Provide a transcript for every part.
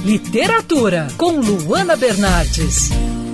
Literatura, com Luana Bernardes.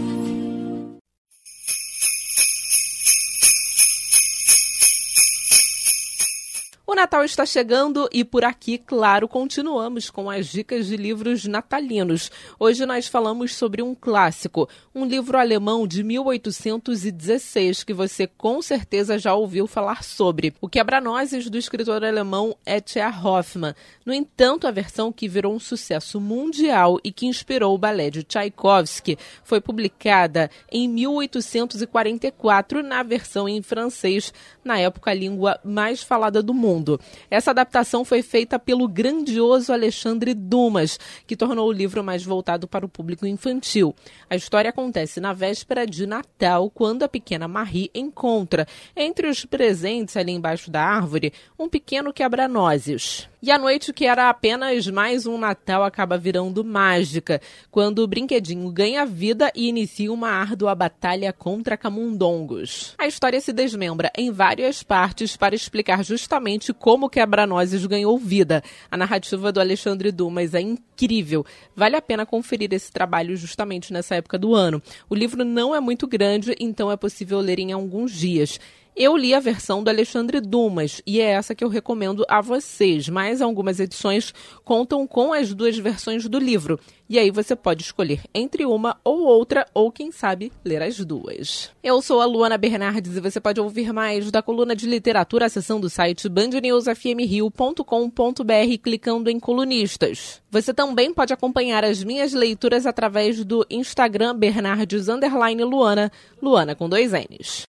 O Natal está chegando e por aqui, claro, continuamos com as dicas de livros natalinos. Hoje nós falamos sobre um clássico, um livro alemão de 1816 que você com certeza já ouviu falar sobre. O Quebra-Nozes, do escritor alemão E.T.A. Hoffmann. No entanto, a versão que virou um sucesso mundial e que inspirou o balé de Tchaikovsky foi publicada em 1844 na versão em francês, na época a língua mais falada do mundo. Essa adaptação foi feita pelo grandioso Alexandre Dumas, que tornou o livro mais voltado para o público infantil. A história acontece na véspera de Natal, quando a pequena Marie encontra, entre os presentes ali embaixo da árvore, um pequeno quebra-nozes. E a noite, que era apenas mais um Natal, acaba virando mágica, quando o brinquedinho ganha vida e inicia uma árdua batalha contra camundongos. A história se desmembra em várias partes para explicar justamente como o Quebra-Nozes ganhou vida. A narrativa do Alexandre Dumas é incrível. Vale a pena conferir esse trabalho justamente nessa época do ano. O livro não é muito grande, então é possível ler em alguns dias. Eu li a versão do Alexandre Dumas e é essa que eu recomendo a vocês, mas algumas edições contam com as duas versões do livro. E aí você pode escolher entre uma ou outra, ou quem sabe ler as duas. Eu sou a Luana Bernardes e você pode ouvir mais da coluna de literatura acessando o site bandnewsfmrio.com.br clicando em colunistas. Você também pode acompanhar as minhas leituras através do Instagram Bernardes_Luana, Luana com 2 N's.